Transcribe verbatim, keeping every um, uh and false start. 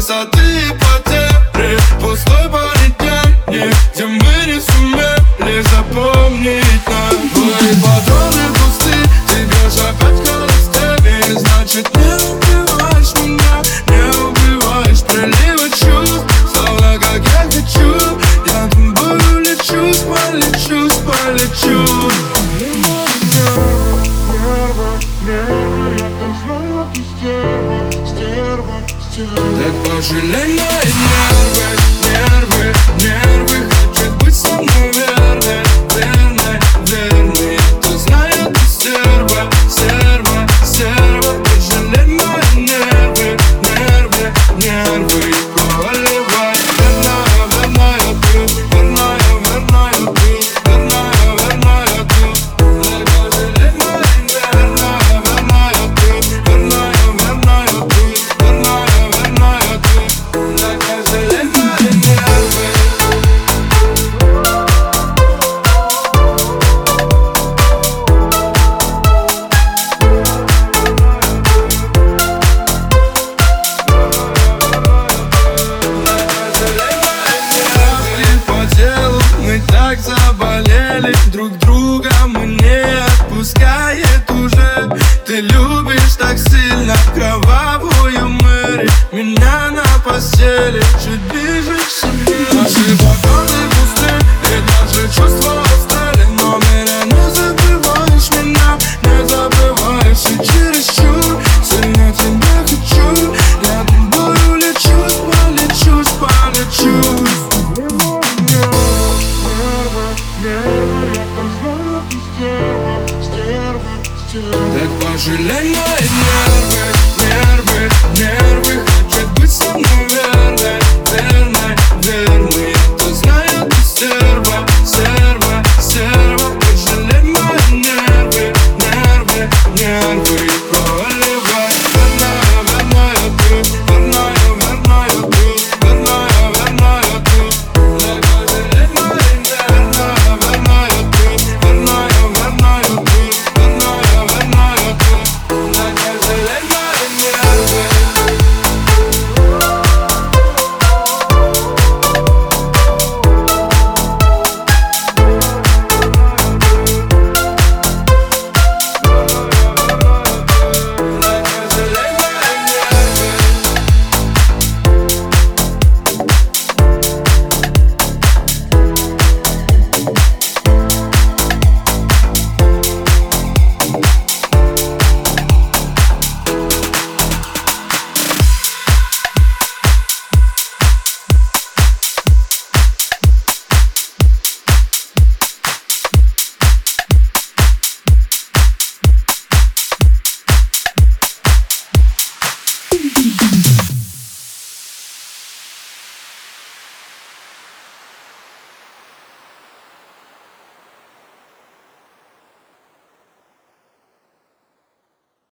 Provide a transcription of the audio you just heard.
высоты и потери, пустой полетели, где мы не сумели запомнить нас. Твои подруги пусты, тебе же опять холостыми. Значит, не убиваешь меня, не убиваешь. Приливы чувств, словно как я хочу. Я тобою лечусь, полечусь, полечу. Так пожалей мои нервы, нервы, нервы. Хочет быть со мной верной, верной, верной. Кто знает, ты стерва, стерва, стерва. Пожалей мои нервы, нервы, нервы. И поливай. Верная, верная ты, верная, верная ты, верная, верная ты. Так пожалей мои нервы, верная, верная ты, верная, верная ты, верная. Так заболели друг друга, мы не отпускает уже. Ты любишь так сильно кровавую Мэри, меня на постели чуть ближе к себе. Наши бокалы пусты, и даже чувства устали. Но меня не забываешь, меня не забываешь. И чересчур сильно тебя хочу. Я тобою лечусь, полечусь, полечусь. Так пожалей мои нервы, нервы, нервы. Хочет быть со мной